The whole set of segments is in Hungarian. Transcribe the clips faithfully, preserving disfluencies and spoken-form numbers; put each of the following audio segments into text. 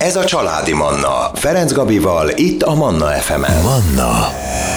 Ez a Családi Manna. Ferenc Gabival, itt a Manna ef emen. Manna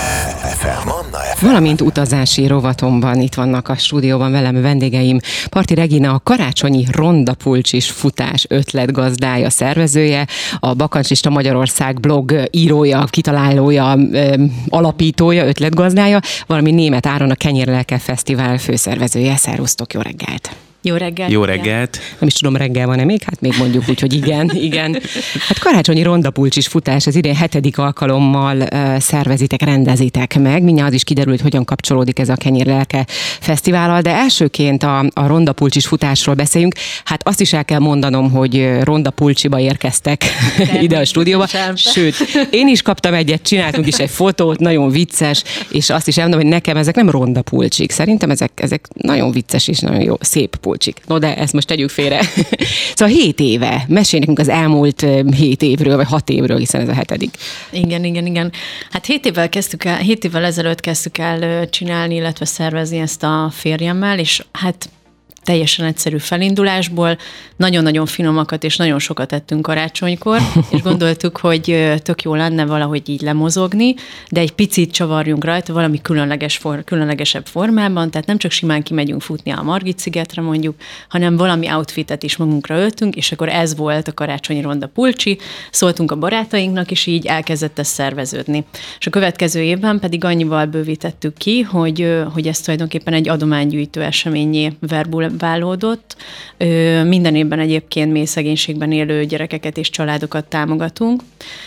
ef em. Manna ef em. Valamint utazási rovatomban itt vannak a stúdióban velem vendégeim. Parti Regina, a karácsonyi rondapulcsis futás ötletgazdája, szervezője, a Bakancsista Magyarország blog írója, kitalálója, alapítója, ötletgazdája, valamint Németh Áron, a Kenyérlelke Fesztivál főszervezője. Szervusztok, jó reggelt! Jó reggelt! Jó reggelt! Nem is tudom, reggel van-e még? Hát még mondjuk úgy, hogy igen, igen. Hát karácsonyi rondapulcsis futás, az idén hetedik alkalommal uh, szervezitek, rendezitek meg. Mindjárt az is kiderül, hogy hogyan kapcsolódik ez a Kenyérlelke Fesztivállal, de elsőként a, a rondapulcsis futásról beszéljünk. Hát azt is el kell mondanom, hogy rondapulcsiba érkeztek ide a stúdióba. Sőt, én is kaptam egyet, csináltunk is egy fotót, nagyon vicces, és azt is elmondom, hogy nekem ezek nem rondapulcsik. Szerintem ezek, ezek nagyon vicces és nagyon jó, szép pulcsik. No, de ezt most tegyük félre. Szóval hét éve. Mesélj nekünk az elmúlt hét évről, vagy hat évről, hiszen ez a hetedik. Igen, igen, igen. Hát hét évvel kezdtük el, hét évvel ezelőtt kezdtük el csinálni, illetve szervezni ezt a férjemmel, és hát teljesen egyszerű felindulásból nagyon-nagyon finomakat és nagyon sokat ettünk karácsonykor, és gondoltuk, hogy tök jó lenne valahogy így lemozogni, de egy picit csavarjunk rajta valami különleges for, különlegesebb formában, tehát nem csak simán kimegyünk futni a Margit-szigetre mondjuk, hanem valami outfitet is magunkra öltünk, és akkor ez volt a karácsonyi ronda pulcsi, szóltunk a barátainknak, és így elkezdett ez szerveződni. És a következő évben pedig annyival bővítettük ki, hogy, hogy ez tulajdonképpen egy adománygyűjtő eseményé verbul válódott. Minden évben egyébként mély szegénységben élő gyerekeket és családokat támogatunk,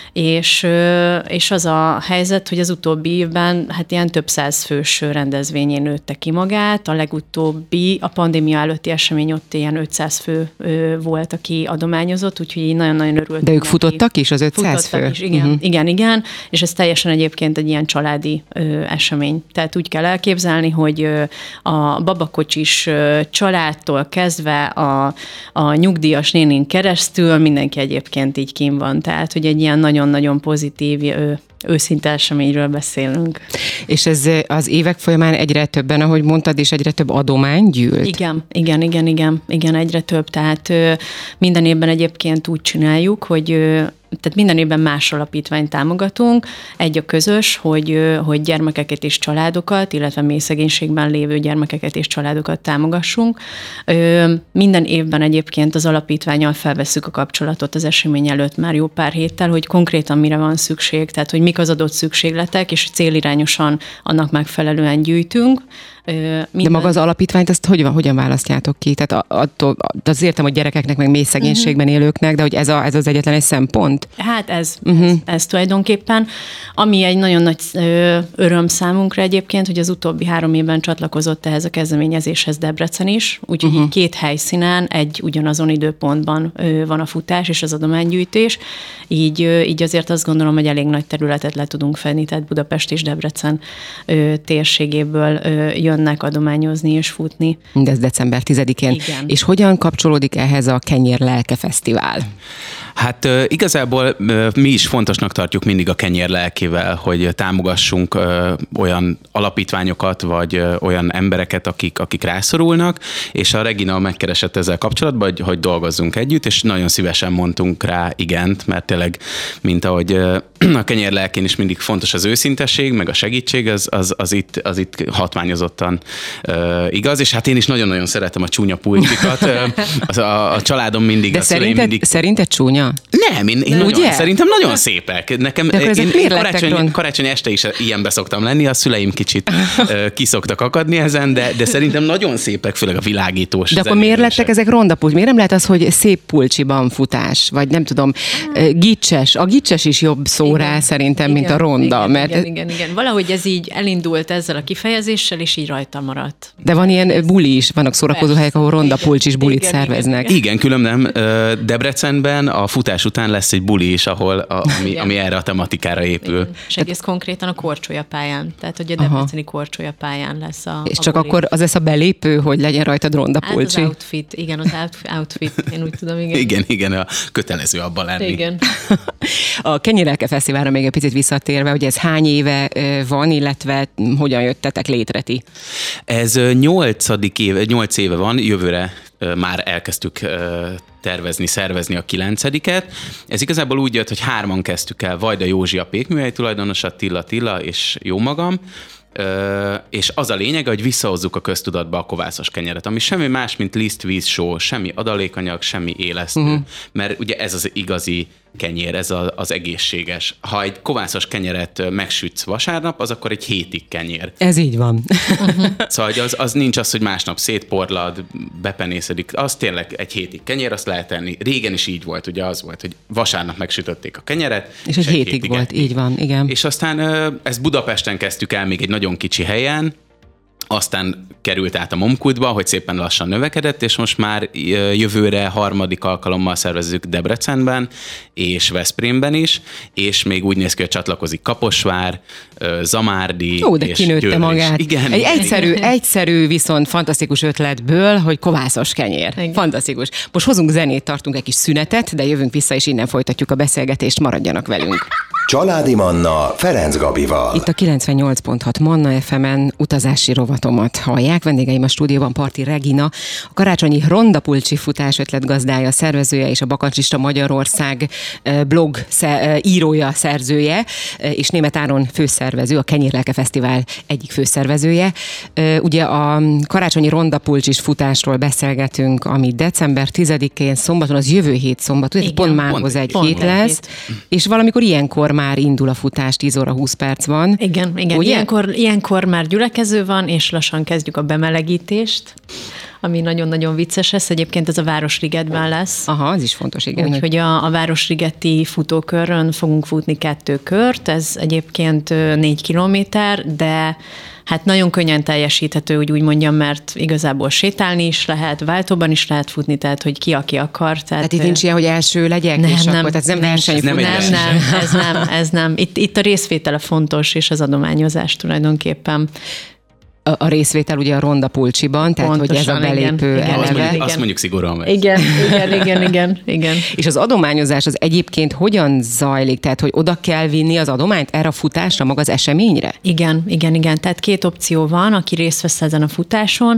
és, és az a helyzet, hogy az utóbbi évben hát ilyen több száz fős rendezvényén nőtte ki magát, a legutóbbi, a pandémia előtti esemény ott ilyen ötszáz fő volt, aki adományozott, úgyhogy így nagyon-nagyon örültünk. De ők neki. Futottak is, az ötszáz fő? Is, igen, uh-huh. igen, igen, és ez teljesen egyébként egy ilyen családi ö, esemény. Tehát úgy kell elképzelni, hogy ö, a babakocsis ö, családtól kezdve a, a nyugdíjas nénin keresztül mindenki egyébként így kín van. Tehát, hogy egy ilyen nagyon-nagyon pozitív, ö, őszinte eseményről beszélünk. És ez az évek folyamán egyre többen, ahogy mondtad, és egyre több adomány gyűlt? Igen, igen, igen, igen, igen, egyre több. Tehát ö, minden évben egyébként úgy csináljuk, hogy ö, tehát minden évben más alapítványt támogatunk. Egy a közös, hogy, hogy gyermekeket és családokat, illetve mély szegénységben lévő gyermekeket és családokat támogassunk. Minden évben egyébként az alapítvánnyal felvesszük a kapcsolatot az esemény előtt már jó pár héttel, hogy konkrétan mire van szükség, tehát hogy mik az adott szükségletek, és célirányosan annak megfelelően gyűjtünk. Minden... De maga az alapítványt, azt hogy van, hogyan választjátok ki? Tehát attól, az értem, hogy gyerekeknek, meg mély szegénységben élőknek, de hogy ez, a, ez az egyetlen egy szempont? Hát ez, uh-huh. ez, ez tulajdonképpen. Ami egy nagyon nagy ö, öröm számunkra egyébként, hogy az utóbbi három évben csatlakozott ehhez a kezdeményezéshez Debrecen is, úgyhogy uh-huh. két helyszínen, egy ugyanazon időpontban ö, van a futás és az adománygyűjtés. Így, ö, így azért azt gondolom, hogy elég nagy területet le tudunk fedni, tehát Budapest és Debrecen ö, térségéből ö, jönnek adományozni és futni. Mindez december tizedikén. Igen. És hogyan kapcsolódik ehhez a Kenyérlelke Fesztivál? Hát igazából mi is fontosnak tartjuk mindig a Kenyérlelkével, hogy támogassunk olyan alapítványokat, vagy olyan embereket, akik, akik rászorulnak, és a Regina megkeresett ezzel kapcsolatban, hogy, hogy dolgozzunk együtt, és nagyon szívesen mondtunk rá igent, mert tényleg, mint ahogy a Kenyérlelkén is mindig fontos az őszintesség, meg a segítség, az, az, az, itt, az itt hatványozottan igaz, és hát én is nagyon-nagyon szeretem a csúnya pulcsikat. a, a, a családom mindig... De szerinted, mindig... szerinted csúnya? Nem, én, én nagyon, szerintem nagyon szépek. Nekem én, én karácsony, karácsony este is ilyenbe szoktam lenni, a szüleim kicsit kiszoktak akadni ezen, de, de szerintem nagyon szépek, főleg a világítós. De akkor miért lettek ezek ronda pulcsi? Miért nem lehet az, hogy szép pulcsiban futás? Vagy nem tudom, gicses. A gicses is jobb szó rá szerintem, igen, mint a ronda. Igen, mert igen, igen, igen. Valahogy ez így elindult ezzel a kifejezéssel, és így rajta maradt. De van ilyen buli is, vannak szórakozó helyek, ahol ronda pulcsis bulit igen, szerveznek. Igen, igen, különben Debrecenben a futás után lesz egy buli is, ahol a, ami, ami erre a tematikára épül. Igen. És egész konkrétan a korcsolyapályán. Tehát, hogy a debreceni korcsolyapályán lesz a És a csak buli. Akkor az lesz a belépő, hogy legyen rajtad ronda pulcsi? Hát az outfit, igen, az outfit, én úgy tudom, igen. Igen, igen, a kötelező abban lenni. Igen. A Kenyérlelke Fesztiválra még egy picit visszatérve, hogy ez hány éve van, illetve hogyan jöttetek létre ti? Ez nyolcadik éve, nyolc éve van, jövőre már elkezdtük tervezni, szervezni a kilencediket. Ez igazából úgy jött, hogy hárman kezdtük el, Vajda Józsi a pékműhely tulajdonos, Attila Attila és jó magam, Ö, és az a lényeg, hogy visszahozzuk a köztudatba a kovászos kenyeret, ami semmi más, mint liszt, víz, só, semmi adalékanyag, semmi élesztő, uh-huh. mert ugye ez az igazi kenyér, ez a, az egészséges. Ha egy kovászos kenyeret megsütsz vasárnap, az akkor egy hétig kenyér. Ez így van. Uh-huh. Szóval az, az nincs az, hogy másnap szétporlad, bepenészedik, az tényleg egy hétig kenyér, azt lehet enni. Régen is így volt, ugye az volt, hogy vasárnap megsütötték a kenyeret. És, és egy hétig, hétig volt, így van, igen. És aztán ezt Budapesten kezdtük el még egy nagyon kicsi helyen, aztán került át a Momkultba, hogy szépen lassan növekedett, és most már jövőre harmadik alkalommal szervezzük Debrecenben és Veszprémben is, és még úgy néz ki, hogy csatlakozik Kaposvár, Zamárdi. Ó, de és kinőtte Győr magát. Igen, egy igen, egyszerű, igen. egyszerű, viszont fantasztikus ötletből, hogy kovászos kenyér. Igen. Fantasztikus. Most hozunk zenét, tartunk egy kis szünetet, de jövünk vissza, és innen folytatjuk a beszélgetést, maradjanak velünk. Családi Manna Ferenc Gabival. Itt a kilencvennyolc pont hat Manna ef emen utazási rovatomat hallják. Vendégeim a stúdióban Parti Regina, a karácsonyi Rondapulcsi futás ötletgazdája, szervezője és a Bakancsista Magyarország blog írója, szerzője, és Németh Áron főszervező, a Kenyérlelke Fesztivál egyik főszervezője. Ugye a karácsonyi Rondapulcsis futásról beszélgetünk, ami december tizedikén szombaton, az jövő hét szombat, ugye pont mához egy hét lesz, és valamikor ilyenkor már indul a futás, tíz óra húsz perc van. Igen, igen. Ilyenkor, ilyenkor már gyülekező van, és lassan kezdjük a bemelegítést, ami nagyon-nagyon vicces lesz. Egyébként ez a Városligetben lesz. Aha, az is fontos, igen. Úgyhogy a, a Városligeti futókörön fogunk futni kettő kört, ez egyébként négy kilométer, de hát nagyon könnyen teljesíthető, úgy úgy mondjam, mert igazából sétálni is lehet, váltóban is lehet futni, tehát hogy ki, aki akar. Tehát, tehát itt nincs ilyen, hogy első legyek, nem, és nem, akkor, tehát nem versenyfutás. Nem, nem, nem, ez nem, ez nem. Itt, itt a részvétele fontos, és az adományozás tulajdonképpen. A, a részvétel ugye a Rondapulcsiban, tehát pontosan, hogy ez a belépő igen, eleve. Azt mondjuk, igen. azt mondjuk szigorúan meg. Igen, igen, igen, igen, igen. És az adományozás az egyébként hogyan zajlik? Tehát, hogy oda kell vinni az adományt erre a futásra, maga az eseményre? Igen, igen, igen. Tehát két opció van, aki részt vesz ezen a futáson.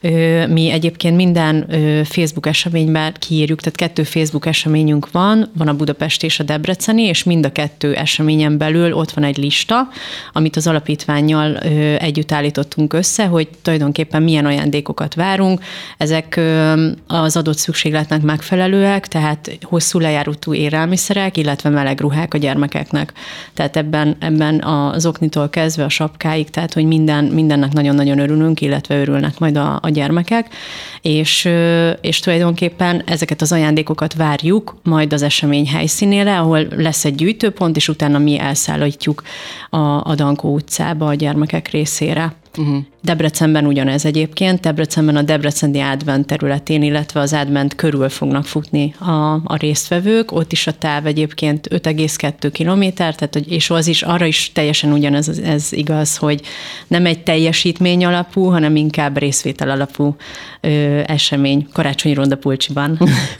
Mi egyébként minden Facebook eseményben kiírjuk, tehát kettő Facebook eseményünk van, van a Budapesti és a Debreceni, és mind a kettő eseményen belül ott van egy lista, amit az alapítvánnyal együtt állítottunk össze, hogy tulajdonképpen milyen ajándékokat várunk. Ezek az adott szükségletnek megfelelőek, tehát hosszú lejáratú élelmiszerek, illetve meleg ruhák a gyermekeknek. Tehát ebben, ebben az oknitól kezdve a sapkáig, tehát hogy minden, mindennek nagyon-nagyon örülünk, illetve örülnek majd a, a gyermekek, és, és tulajdonképpen ezeket az ajándékokat várjuk majd az esemény helyszínére, ahol lesz egy gyűjtőpont, és utána mi elszállítjuk a, a Dankó utcába a gyermekek részére. Uh-huh. Debrecenben ugyanez egyébként, Debrecenben a debreceni Advent területén, illetve az Advent körül fognak futni a, a résztvevők, ott is a táv egyébként öt egész kettő kilométer, tehát, hogy, és az is, arra is teljesen ugyanez ez igaz, hogy nem egy teljesítmény alapú, hanem inkább részvétel alapú ö, esemény, karácsonyi Rondapulcsiban.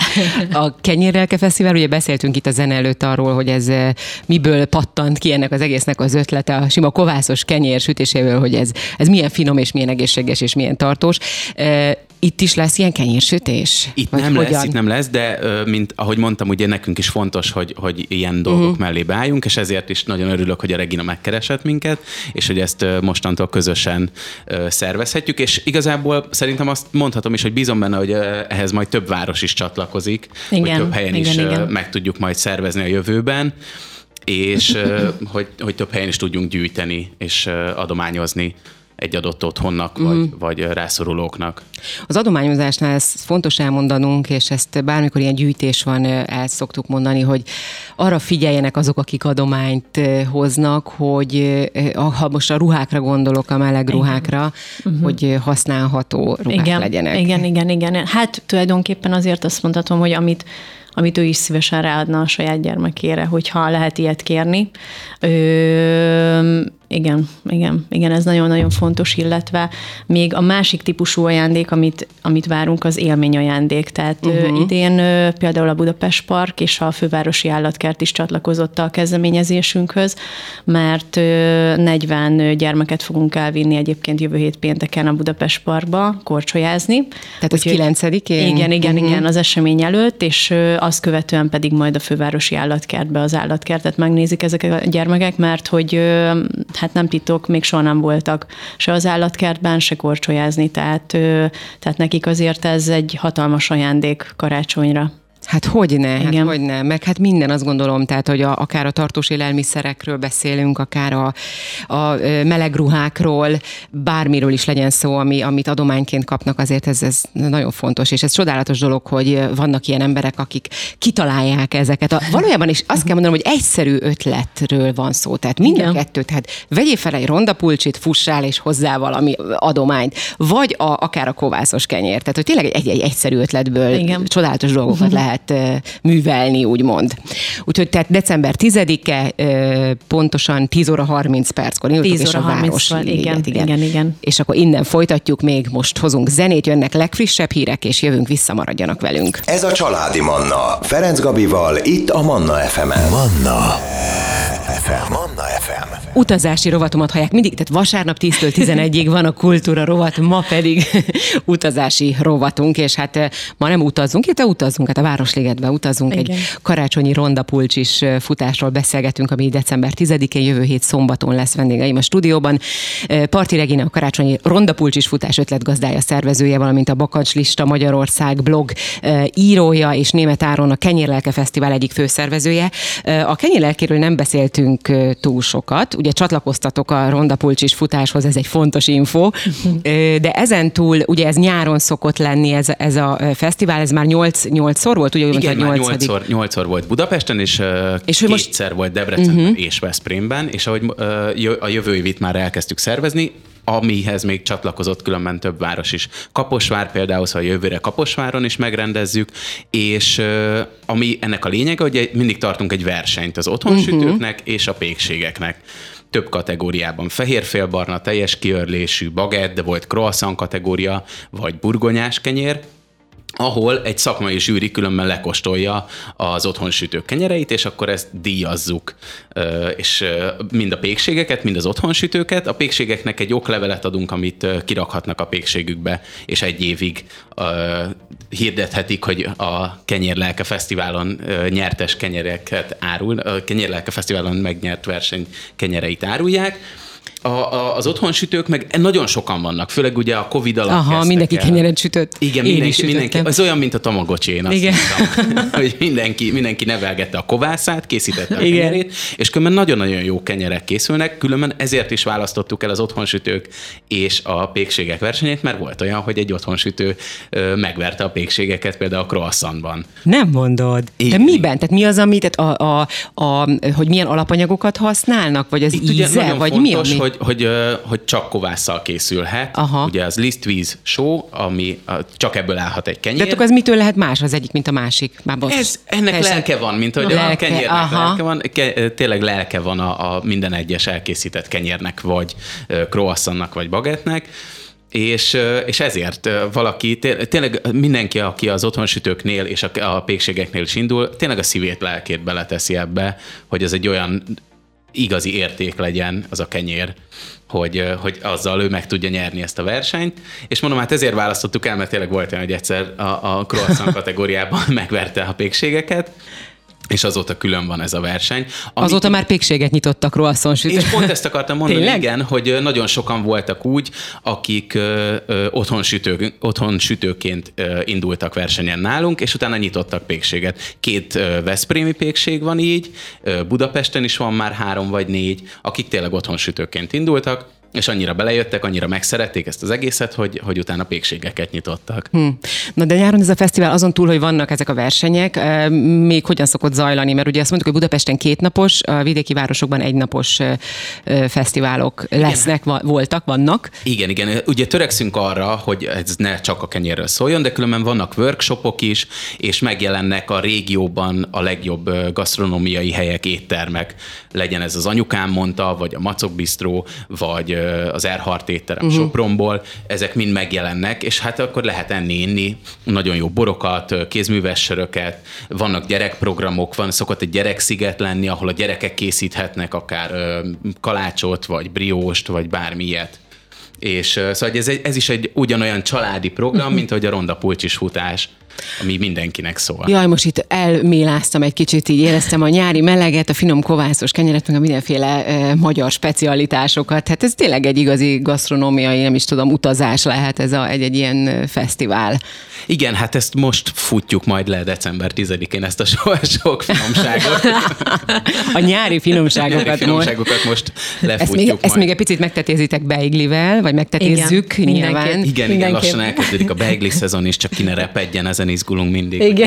A Kenyérlelke Fesztivál, ugye beszéltünk itt a zene előtt arról, hogy ez miből pattant ki ennek az egésznek az ötlete, a sima kovászos kenyér sütéséből, hogy ez, ez milyen finom és milyen egészséges és milyen tartós. Itt is lesz ilyen kenyérsütés? Itt nem hogyan? lesz, itt nem lesz, de mint ahogy mondtam, ugye nekünk is fontos, hogy, hogy ilyen dolgok uh-huh. mellé beálljunk, és ezért is nagyon örülök, hogy a Regina megkeresett minket, és hogy ezt mostantól közösen szervezhetjük, és igazából szerintem azt mondhatom is, hogy bízom benne, hogy ehhez majd több város is csatlakozik, igen, hogy több helyen igen, is igen. meg tudjuk majd szervezni a jövőben, és hogy, hogy több helyen is tudjunk gyűjteni és adományozni egy adott otthonnak, mm. vagy, vagy rászorulóknak. Az adományozásnál ez fontos elmondanunk, és ezt bármikor ilyen gyűjtés van, el szoktuk mondani, hogy arra figyeljenek azok, akik adományt hoznak, hogy ha most a ruhákra gondolok, a meleg igen. ruhákra, uh-huh. hogy használható ruhák igen, legyenek. Igen, igen, igen. Hát tulajdonképpen azért azt mondhatom, hogy amit amit ő is szívesen ráadna a saját gyermekére, hogyha lehet ilyet kérni. Ö, igen, igen, igen, ez nagyon-nagyon fontos, illetve még a másik típusú ajándék, amit, amit várunk, az élményajándék. Tehát uh-huh. idén például a Budapest Park és a Fővárosi Állatkert is csatlakozott a kezdeményezésünkhöz, mert negyven gyermeket fogunk elvinni egyébként jövő hét pénteken a Budapest Parkba korcsolyázni. Tehát az kilencedikén? Igen, igen, uh-huh. igen, az esemény előtt, és azt követően pedig majd a Fővárosi Állatkertbe az állatkertet megnézik ezek a gyermekek, mert hogy hát nem titok, még soha nem voltak se az állatkertben, se korcsolyázni, tehát, tehát nekik azért ez egy hatalmas ajándék karácsonyra. Hát hogyne, hát hogyne, meg hát minden, azt gondolom, tehát, hogy a, akár a tartós élelmiszerekről beszélünk, akár a, a meleg ruhákról, bármiről is legyen szó, ami, amit adományként kapnak, azért ez, ez nagyon fontos, és ez csodálatos dolog, hogy vannak ilyen emberek, akik kitalálják ezeket. A, valójában is azt kell mondanom, hogy egyszerű ötletről van szó, tehát mind a kettő, tehát vegyél fel egy rondapulcsit, fussál és hozzá valami adományt, vagy a, akár a kovászos kenyér, tehát hogy tényleg egy, egy egyszerű ötletből igen. csodálatos dolgokat lehet művelni, úgymond. Úgyhogy tehát december tizedike, pontosan tíz óra harminc perckor indultok, és a Városi igen, igen. igen, igen. És akkor innen folytatjuk, még most hozunk zenét, jönnek legfrissebb hírek, és jövünk vissza, maradjanak velünk. Ez a Családi Manna, Ferenc Gabival, itt a Manna ef emen. Manna ef em. Manna ef em. Utazási rovatomat hallják mindig, tehát vasárnap tíztől tizenegyig van a kultúra rovat, ma pedig utazási rovatunk, és hát ma nem utazunk, illetve utazunk, hát a Városligetbe utazunk, igen. egy karácsonyi rondapulcsis futásról beszélgetünk, ami december tizedikén, jövő hét szombaton lesz vendégeim a stúdióban. Parti Regina, a karácsonyi rondapulcsis futás ötletgazdája, szervezője, valamint a Bakancslista Magyarország blog írója, és Németh Áron, a Kenyérlelke Fesztivál egyik főszervezője. A kenyérlelkéről nem beszéltünk túl sokat, ugye csatlakoztatok a rondapulcsis futáshoz, ez egy fontos info, de ezen túl, ugye ez nyáron szokott lenni ez, ez a fesztivál, ez már nyolc, nyolcszor volt, ugye? Igen, már nyolcszor, nyolcszor volt Budapesten, és, és kétszer most... volt Debrecenben uh-huh. és Veszprémben, és ahogy a jövő évit már elkezdtük szervezni, amihez még csatlakozott különben több város is. Kaposvár például, szóval jövőre Kaposváron is megrendezzük, és uh, ami ennek a lényege, hogy mindig tartunk egy versenyt az otthonsütőknek uh-huh. és a pékségeknek. Több kategóriában, fehérfélbarna, teljes kiörlésű, bagett, de volt croissant kategória, vagy burgonyás kenyér, ahol egy szakmai zsűri különben lekóstolja az otthonsütők kenyereit, és akkor ezt díjazzuk. És mind a pékségeket, mind az otthonsütőket. A pékségeknek egy oklevelet adunk, amit kirakhatnak a pékségükbe, és egy évig hirdethetik, hogy a Kenyérlelke Fesztiválon nyertes kenyereket árul, a Kenyérlelke Fesztiválon megnyert verseny kenyereit árulják. A, a, az otthonsütők meg nagyon sokan vannak, főleg ugye a Covid alatt Aha, kezdtek mindenki el. kenyeret sütött. Igen, én mindenki, mindenki. Ez olyan, mint a Tamagocsi, én azt Igen. mondtam, hogy mindenki, mindenki nevelgette a kovászát, készítette a Igen. kenyerét, és különben nagyon-nagyon jó kenyerek készülnek, különben ezért is választottuk el az otthonsütők és a pékségek versenyét, mert volt olyan, hogy egy otthonsütő megverte a pékségeket például a croissantban. Nem mondod. Igen. De miben? Tehát mi az, amit, tehát a, a, a, hogy milyen alapanyagokat használnak, vagy az Itt íze, vagy fontos, mi? Hogy, hogy, hogy csak kovásszal készülhet. Aha. Ugye az lisztvíz só, ami csak ebből állhat egy kenyér. De akkor az mitől lehet más az egyik, mint a másik? Már bocs. Ez, ennek Persze. lelke van, mint hogy lelke, a kenyérnek aha. lelke van. Ke, tényleg lelke van a, a minden egyes elkészített kenyérnek, vagy croissantnak, vagy bagettnek. És, és ezért valaki, tényleg mindenki, aki az otthonsütőknél és a, a pékségeknél is indul, tényleg a szívét, lelkét beleteszi ebbe, hogy ez egy olyan igazi érték legyen az a kenyér, hogy, hogy azzal ő meg tudja nyerni ezt a versenyt. És mondom, hát ezért választottuk el, mert tényleg volt olyan, hogy egyszer a, a croissant kategóriában megverte a pékségeket, és azóta külön van ez a verseny. Amit... Azóta már pékséget nyitottak croissant sütő. És pont ezt akartam mondani, Tényleg? igen, hogy nagyon sokan voltak úgy, akik otthonsütők, otthonsütőként indultak versenyen nálunk, és utána nyitottak pékséget. Két veszprémi pékség van így, Budapesten is van már három vagy négy, akik tényleg otthonsütőként indultak, és annyira belejöttek, annyira megszerették ezt az egészet, hogy, hogy utána pékségeket nyitottak. Hmm. Na de nyáron ez a fesztivál azon túl, hogy vannak ezek a versenyek, még hogyan szokott zajlani? Mert ugye azt mondtuk, hogy Budapesten kétnapos, a vidéki városokban egynapos fesztiválok lesznek, igen. voltak, vannak. Igen, igen. Ugye törekszünk arra, hogy ez ne csak a kenyérről szóljon, de különben vannak workshopok is, és megjelennek a régióban a legjobb gasztronómiai helyek, éttermek. Legyen ez az Anyukám mondta, vagy a Macok Bistró, vagy az Erhardt étterem uh-huh. Sopronból. Ezek mind megjelennek, és hát akkor lehet enni, inni nagyon jó borokat, kézműves söröket, vannak gyerekprogramok, van szokott egy gyereksziget lenni, ahol a gyerekek készíthetnek akár kalácsot, vagy brióst, vagy bármi ilyet. És szóval ez, egy, ez is egy ugyanolyan családi program, uh-huh. mint ahogy a Ronda Pulcsis futás, ami mindenkinek szól. Jaj, most itt elméláztam egy kicsit, így éreztem a nyári meleget, a finom kovászos kenyeret, meg a mindenféle e, magyar specialitásokat. Hát ez tényleg egy igazi gasztronómiai, nem is tudom, utazás lehet ez a, egy, egy ilyen fesztivál. Igen, hát ezt most futjuk majd le december tizedikén, ezt a so- sok finomságot. A nyári finomságokat, nyári finomságokat most lefutjuk ezt még, majd. Ezt még egy picit megtetézitek beiglivel, vagy megtetézzük igen, nyilván. Mindenképp. Igen, igen, lassan elkezdődik a beigli szezon is, csak ki ne repedjen, ezen izgulunk mindig. Igen.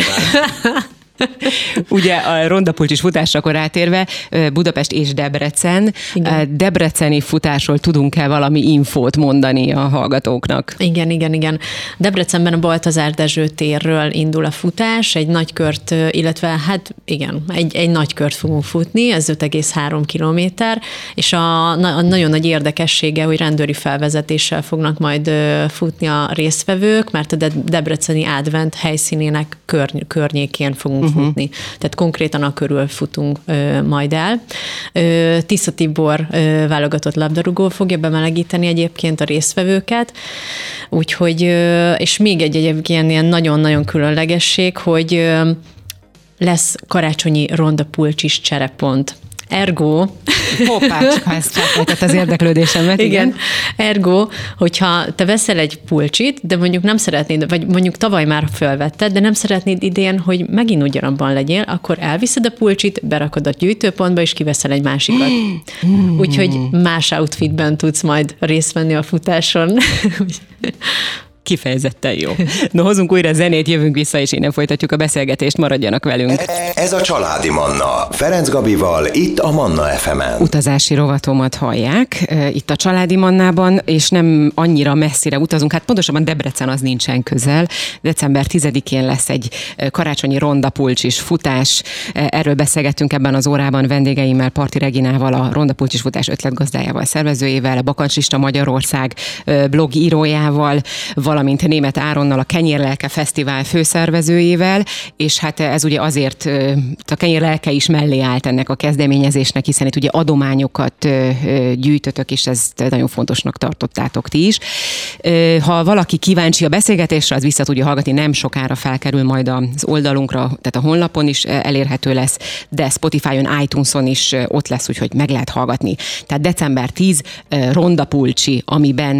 Ugye a Ronda Pulcsis futásra akkor rátérve, Budapest és Debrecen. Igen. Debreceni futásról tudunk-e valami infót mondani a hallgatóknak? Igen, igen, igen. Debrecenben a Baltazár Dezső térről indul a futás, egy nagy kört, illetve hát igen, egy, egy nagy kört fogunk futni, ez öt egész három kilométer, és a, a nagyon nagy érdekessége, hogy rendőri felvezetéssel fognak majd futni a résztvevők, mert a debreceni advent helyszínének kör, környékén fogunk Uh-huh. futni. Tehát konkrétan a körül futunk ö, majd el. Ö, Tisza Tibor ö, válogatott labdarúgó fogja bemelegíteni egyébként a résztvevőket, úgyhogy, ö, és még egy egyébként ilyen nagyon-nagyon különlegesség, hogy ö, lesz karácsonyi Ronda Pulcsis cserepont. Ergo... Hoppácska, ezt felkeltett az érdeklődésemet. Igen. igen. Ergo, hogyha te veszel egy pulcsit, de mondjuk nem szeretnéd, vagy mondjuk tavaly már felvetted, de nem szeretnéd idén, hogy megint ugyanabban legyél, akkor elviszed a pulcsit, berakod a gyűjtőpontba, és kiveszel egy másikat. Úgyhogy más outfitben tudsz majd részt venni a futáson. Kifejezetten jó. No, hozunk újra zenét, jövünk vissza, és innen folytatjuk a beszélgetést, maradjanak velünk. Ez a Családi Manna. Ferenc Gabival, itt a Manna ef emen. Utazási rovatomat hallják, itt a Családi Mannában, és nem annyira messzire utazunk, hát pontosabban Debrecen az nincsen közel. december tizedikén lesz egy karácsonyi Ronda Pulcsis futás. Erről beszélgettünk ebben az órában vendégeimmel, Parti Reginával, a Ronda Pulcsis futás ötletgazdájával, szervezőjével, a Bakancs Lista Magyarország blogírójával, valamint Németh Áronnal, a Kenyérlelke Fesztivál főszervezőjével, és hát ez ugye azért a Kenyérlelke is mellé állt ennek a kezdeményezésnek, hiszen itt ugye adományokat gyűjtötök, és ezt nagyon fontosnak tartottátok ti is. Ha valaki kíváncsi a beszélgetésre, az vissza tudja hallgatni, nem sokára felkerül majd az oldalunkra, tehát a honlapon is elérhető lesz, de Spotify-on, iTunes-on is ott lesz, úgyhogy meg lehet hallgatni. Tehát december tizedike Ronda Pulcsi, amiben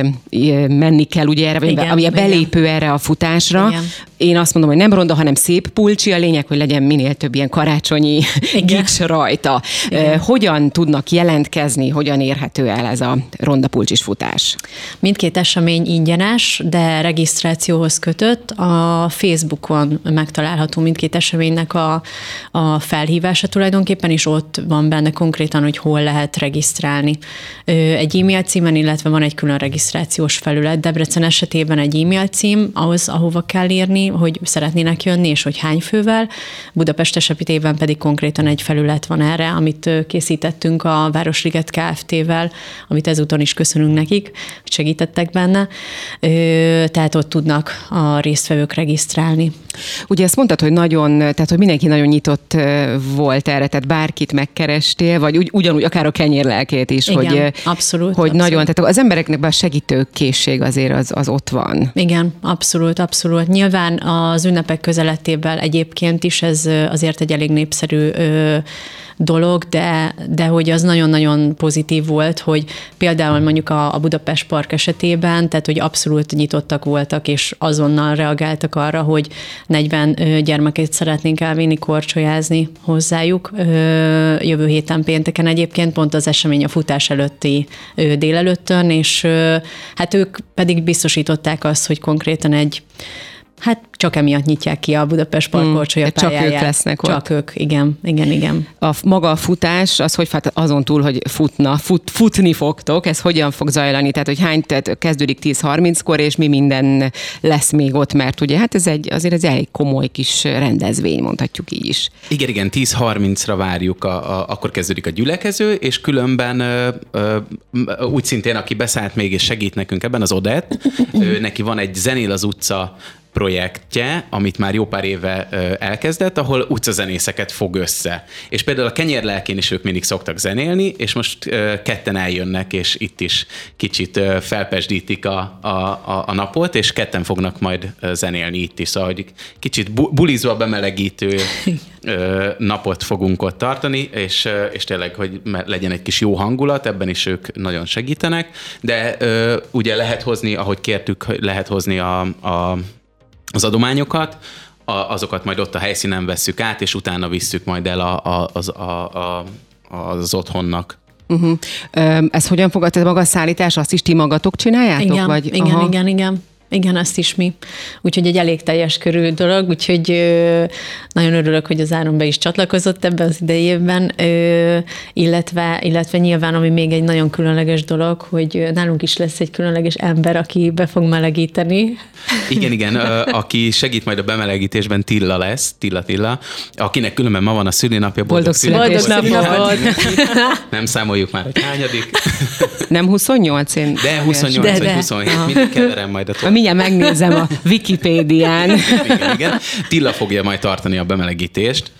menni kell ugye erre, igen, ami a belépő igen. erre a futásra. Igen. Én azt mondom, hogy nem ronda, hanem szép pulcsi. A lényeg, hogy legyen minél több ilyen karácsonyi gics rajta. Igen. Hogyan tudnak jelentkezni, hogyan érhető el ez a Ronda Pulcsis futás? Mindkét esemény ingyenes, de regisztrációhoz kötött. A Facebookon megtalálható mindkét eseménynek a, a felhívása tulajdonképpen, és ott van benne konkrétan, hogy hol lehet regisztrálni. Egy e-mail címen, illetve van egy külön regisztrációs felület. Debrecen esetében egy e-mail cím, ahhoz, ahova kell írni, hogy szeretnének jönni, és hogy hány fővel. Budapest esetében pedig konkrétan egy felület van erre, amit készítettünk a Városliget Kft-vel, amit ezúton is köszönünk nekik, hogy segítettek benne. Tehát ott tudnak a résztvevők regisztrálni. Ugye ezt mondtad, hogy nagyon, tehát hogy mindenki nagyon nyitott volt erre, tehát bárkit megkerestél, vagy ugy, ugyanúgy akár a kenyérlelkét is, igen, hogy, abszolút, hogy abszolút. nagyon, tehát az embereknek a segítőkészség azért az, az ott van. Igen, abszolút, abszolút. Nyilván az ünnepek közelettével egyébként is ez azért egy elég népszerű dolog, de, de hogy az nagyon-nagyon pozitív volt, hogy például mondjuk a, a Budapest Park esetében, tehát hogy abszolút nyitottak voltak, és azonnal reagáltak arra, hogy negyven gyermeket szeretnénk elvinni korcsolyázni hozzájuk. Jövő héten pénteken egyébként pont az esemény a futás előtti délelőttön, és hát ők pedig biztosították azt, hogy konkrétan egy hát csak emiatt nyitják ki a Budapest Park korcsolya pályáját. Csak ők lesznek ott. Csak ők, igen, igen, igen. A maga a futás, az hogy hát azon túl, hogy futna, fut, futni fogtok, ez hogyan fog zajlani? Tehát, hogy hány, tehát kezdődik tíz harminckor, és mi minden lesz még ott, mert ugye hát ez egy, azért ez elég komoly kis rendezvény, mondhatjuk így is. Igen, igen, tíz harmincra várjuk, a, a, akkor kezdődik a gyülekező, és különben ö, ö, úgy szintén, aki beszállt még és segít nekünk ebben, az Odett, ő, neki van egy Zenél az utca projektje, amit már jó pár éve elkezdett, ahol utcazenészeket fog össze. És például a Kenyérlelkén is ők mindig szoktak zenélni, és most ketten eljönnek, és itt is kicsit felpesdítik a, a, a, a napot, és ketten fognak majd zenélni itt is. Szóval, hogy kicsit bulizva bemelegítő napot fogunk ott tartani, és, és tényleg, hogy legyen egy kis jó hangulat, ebben is ők nagyon segítenek, de ugye lehet hozni, ahogy kértük, lehet hozni a, a az adományokat, azokat majd ott a helyszínen vesszük át, és utána visszük majd el a, a, az, a, a, az otthonnak. Uh-huh. Ez hogyan fog, ez maga a szállítás, azt is ti magatok csináljátok? Igen, vagy? igen, Aha. igen, igen. Igen, azt is mi. Úgyhogy egy elég teljes körű dolog, úgyhogy ö, nagyon örülök, hogy az Áron be is csatlakozott ebben az idejében, ö, illetve, illetve nyilván, ami még egy nagyon különleges dolog, hogy nálunk is lesz egy különleges ember, aki be fog melegíteni. Igen, igen, ö, aki segít majd a bemelegítésben, Tilla lesz, Tilla Tilla, akinek különben ma van a szülinapja. Boldog születésnapot! Nem számoljuk már, hogy hányadik. Nem huszonnyolc? Én de huszonnyolc vagy huszonhét, mindig keverem majd a tovább. Mindjárt megnézem a Wikipédián. Igen, igen. Tilla fogja majd tartani a bemelegítést,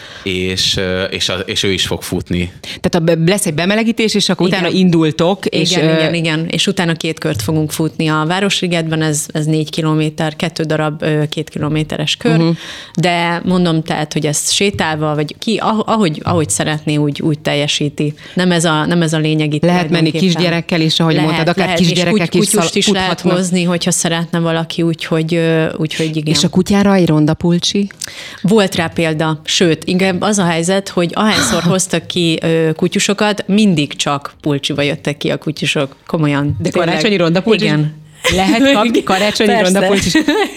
és, és, a, és ő is fog futni. Tehát a, lesz egy bemelegítés, és akkor igen. utána indultok. És igen, igen, igen. És utána két kört fogunk futni a Városligetben, ez, ez négy kilométer, kettő darab két kilométeres kör, uh-huh. de mondom tehát, hogy ezt sétálva, vagy ki, ahogy, ahogy szeretné, úgy, úgy teljesíti. Nem ez a, nem ez a lényeg itt. Lehet menni kisgyerekkel is, ahogy lehet, mondtad, akár lehet, kisgyerekek is kutyust is lehet hozni, hogyha szeretne valaki, úgyhogy, úgyhogy igen. És a kutyára egy ronda pulcsi? Volt rá példa, sőt, igen, az a helyzet, hogy ahányszor hoztak ki ö, kutyusokat, mindig csak pulcsiba jöttek ki a kutyusok. Komolyan. De karácsonyi ronda pulcsi? Igen. Lehet kapni karácsonyi ronda pulcsi?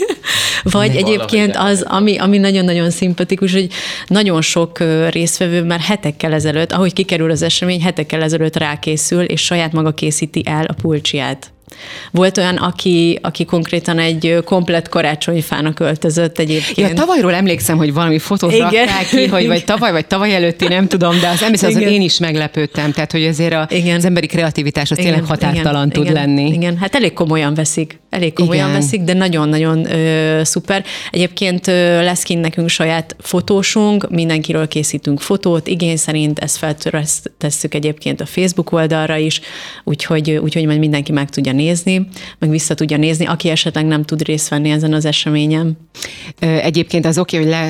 Vagy ne, egyébként az, ami, ami nagyon-nagyon szimpatikus, hogy nagyon sok résztvevő már hetekkel ezelőtt, ahogy kikerül az esemény, hetekkel ezelőtt rákészül, és saját maga készíti el a pulcsiát. Volt olyan, aki, aki konkrétan egy komplett karácsonyfának öltözött egyébként. Ja, tavalyról emlékszem, hogy valami fotót igen. rakták ki, hogy vagy tavaly, vagy tavaly előtti, nem tudom, de az emlékszem, azon én is meglepődtem, tehát hogy azért a, az emberi kreativitás az igen, tényleg határtalan igen, tud igen, lenni. Igen, hát elég komolyan veszik, elég komolyan igen. veszik, de nagyon-nagyon ö, szuper. Egyébként ö, lesz kint nekünk saját fotósunk, mindenkiről készítünk fotót, igény szerint ezt feltesszük egyébként a Facebook oldalra is, úgyhogy, úgyhogy majd mindenki meg tudja nézni, meg vissza tudja nézni, aki esetleg nem tud részt venni ezen az eseményen. Egyébként az oké, hogy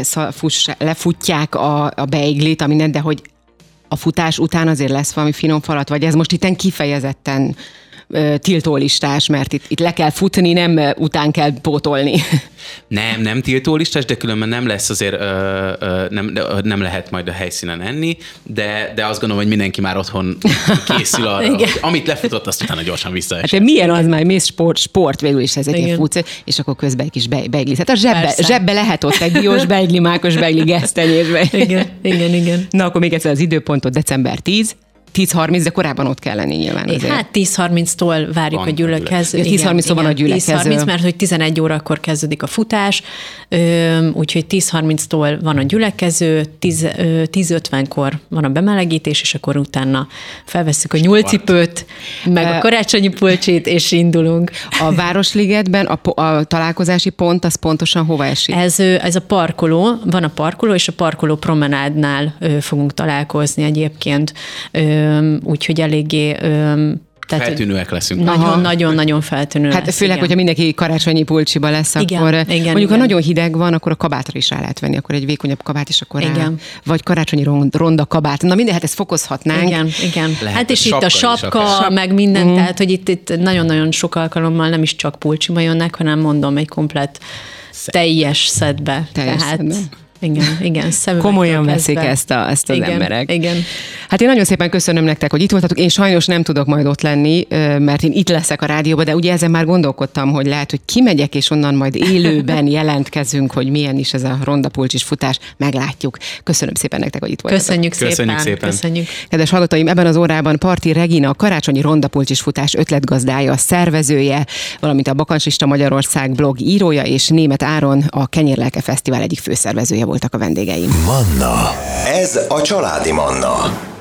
lefutják a, a beiglit, a minden, de hogy a futás után azért lesz valami finom falat, vagy ez most itten kifejezetten tiltólistás, mert itt, itt le kell futni, nem után kell pótolni. Nem, nem tiltólistás, de különben nem lesz azért, ö, ö, nem, nem lehet majd a helyszínen enni, de, de azt gondolom, hogy mindenki már otthon készül arra, hogy amit lefutott, azt utána gyorsan visszaesett. Hát milyen az már, mész sport, sport végül is ezeket futsz, és akkor közben egy kis beigli. Hát a zsebbe, zsebbe lehet ott egy diós beigli, mákos beigli, gesztenyés beigli. Igen, igen, igen. Na akkor még egyszer az időpontot, december tíz, tíz harminc, de korábban ott kell lenni nyilván azért. Hát tíz harminctól várjuk van a gyülekező. tíz harminctól van a gyülekező. tíz harminc, mert hogy tizenegy órakor kezdődik a futás, úgyhogy tíz harminctól van a gyülekező, tíz ötvenkor van a bemelegítés, és akkor utána felvesszük a nyúlcipőt, meg a karácsonyi pulcsit, és indulunk. A Városligetben a, a találkozási pont, az pontosan hova esik? Ez, ez a parkoló, van a parkoló, és a parkoló promenádnál fogunk találkozni egyébként. Úgyhogy eléggé Tehát, feltűnőek leszünk. Nagyon-nagyon-nagyon feltűnő Hát lesz, főleg, igen. hogyha mindenki karácsonyi pulcsiba lesz, Igen, akkor igen, mondjuk, igen. ha nagyon hideg van, akkor a kabátra is rá lehet venni, akkor egy vékonyabb kabát, és akkor Igen. rá, vagy karácsonyi rond, ronda kabát. Na minden, hát ezt fokozhatnánk. Igen, igen. Lehet, hát és a itt a sapka is sapka, akár. meg minden, mm. tehát hogy itt, itt nagyon-nagyon sok alkalommal nem is csak pulcsiba jönnek, hanem mondom egy komplet teljes szedbe. Teljes tehát, szedbe. Igen, igen. Komolyan veszik ezt, a, ezt az igen, emberek. Igen. Hát én nagyon szépen köszönöm nektek, hogy itt voltatok. Én sajnos nem tudok majd ott lenni, mert én itt leszek a rádióban, de ugye ezen már gondolkodtam, hogy lehet, hogy kimegyek, és onnan majd élőben jelentkezünk, hogy milyen is ez a ronda pulcsis futás. Meglátjuk. Köszönöm szépen nektek, hogy itt voltatok. Köszönjük szépen. Köszönjük szépen. Köszönjük. Kedves hallgatóim, ebben az órában Parti Regina, a karácsonyi ronda pulcsis futás ötletgazdája, szervezője, valamint a Bakancsista Magyarország blog írója, és Németh Áron, a Kenyérlelke Fesztivál egyik főszervezője voltak a vendégeim. Manna. Ez a családi Manna.